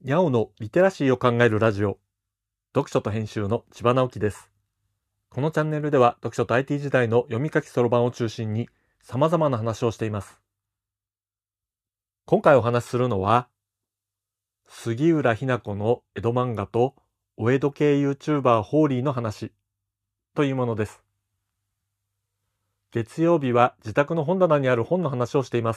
にゃおのリテラシーを考えるラジオ、読書と編集の千葉直樹です。このチャンネルでは読書と IT 時代の読み書きそろばんを中心に様々な話をしています。今回お話しするのは、杉浦日奈子の江戸漫画とお江戸系 YouTuber ホーリーの話というものです。月曜日は自宅の本棚にある本の話をしています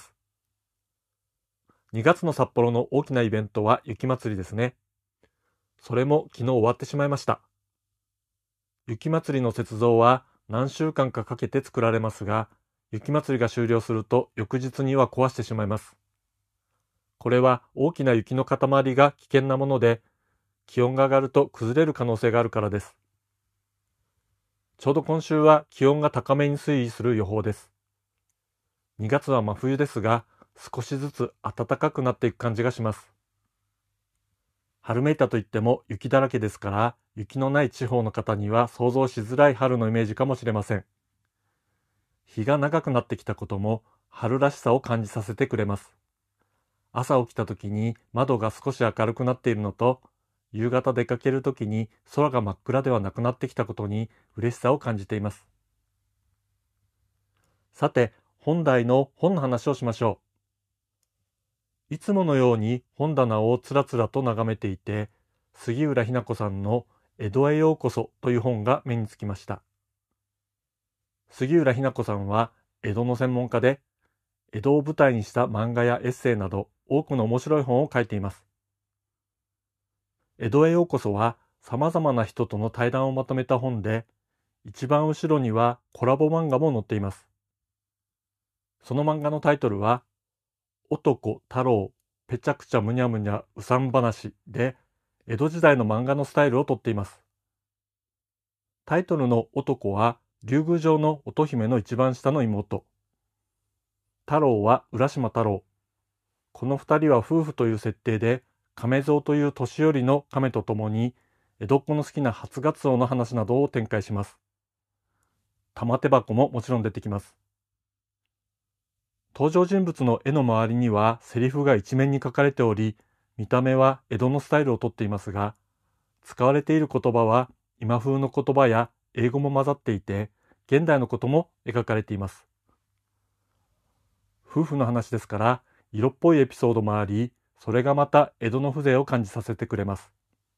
。2月の札幌の大きなイベントは雪まつりですね。それも昨日終わってしまいました。雪まつりの雪像は何週間かかけて作られますが、雪まつりが終了すると翌日には壊してしまいます。これは大きな雪の塊が危険なもので、気温が上がると崩れる可能性があるからです。ちょうど今週は気温が高めに推移する予報です。2月は真冬ですが、少しずつ暖かくなっていく感じがします。春めいたといっても雪だらけですから、雪のない地方の方には想像しづらい春のイメージかもしれません。日が長くなってきたことも春らしさを感じさせてくれます。朝起きた時に窓が少し明るくなっているのと、夕方出かける時に空が真っ暗ではなくなってきたことに嬉しさを感じています。さて、本題の本の話をしましょう。いつものように本棚をつらつらと眺めていて、杉浦日奈子さんの江戸へようこそという本が目につきました。杉浦日奈子さんは江戸の専門家で、江戸を舞台にした漫画やエッセイなど多くの面白い本を書いています。江戸へようこそは様々な人との対談をまとめた本で、一番後ろにはコラボ漫画も載っています。その漫画のタイトルは、男太郎ぺちゃくちゃむにゃむにゃうさん話で、江戸時代の漫画のスタイルをとっています。タイトルの男は竜宮城の乙姫の一番下の妹。太郎は浦島太郎。この二人は夫婦という設定で、亀蔵という年寄りの亀と共に、江戸っ子の好きな初ガツオの話などを展開します。玉手箱ももちろん出てきます。登場人物の絵の周りにはセリフが一面に書かれており、見た目は江戸のスタイルをとっていますが、使われている言葉は今風の言葉や英語も混ざっていて、現代のことも描かれています。夫婦の話ですから、色っぽいエピソードもあり、それがまた江戸の風情を感じさせてくれます。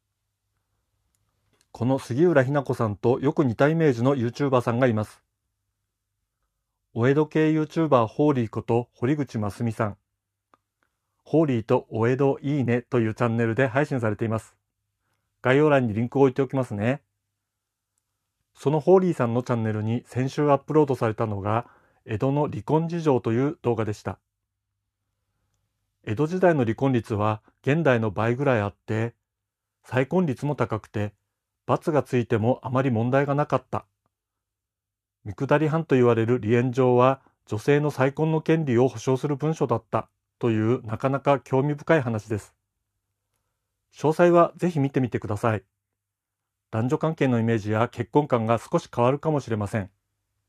この杉浦日奈子さんとよく似たイメージの YouTuber さんがいます。お江戸系 YouTuber ホーリーこと堀口真澄さん。ホーリーとお江戸いいねというチャンネルで配信されています。概要欄にリンクを置いておきますね。そのホーリーさんのチャンネルに先週アップロードされたのが、江戸の離婚事情という動画でした。江戸時代の離婚率は現代の倍ぐらいあって、再婚率も高くて、罰がついてもあまり問題がなかった。見下り犯と言われる離縁状は女性の再婚の権利を保障する文書だったというなかなか興味深い話です。詳細はぜひ見てみてください。男女関係のイメージや結婚観が少し変わるかもしれません。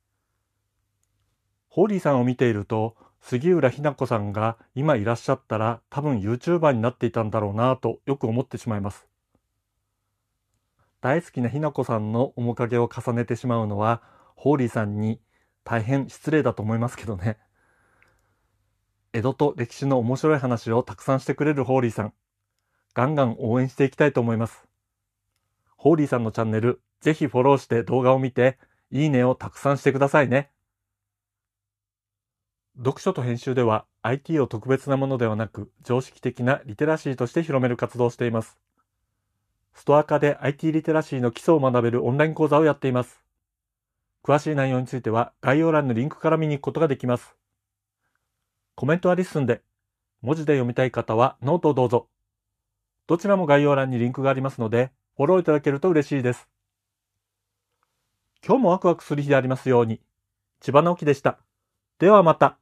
ホーリーさんを見ていると、杉浦日奈子さんが今いらっしゃったら多分 YouTuber になっていたんだろうなとよく思ってしまいます。大好きな日奈子さんの面影を重ねてしまうのは、ホーリーさんに大変失礼だと思いますけどね。江戸と歴史の面白い話をたくさんしてくれるホーリーさん、ガンガン応援していきたいと思います。ホーリーさんのチャンネル、ぜひフォローして動画を見て、いいねをたくさんしてくださいね。読書と編集では IT を特別なものではなく、常識的なリテラシーとして広める活動をしています。ストア化で IT リテラシーの基礎を学べるオンライン講座をやっています。詳しい内容については概要欄のリンクから見に行くことができます。コメントはリッスンで、文字で読みたい方はノートをどうぞ。どちらも概要欄にリンクがありますので、フォローいただけると嬉しいです。今日もワクワクする日でありますように。千葉直樹でした。ではまた。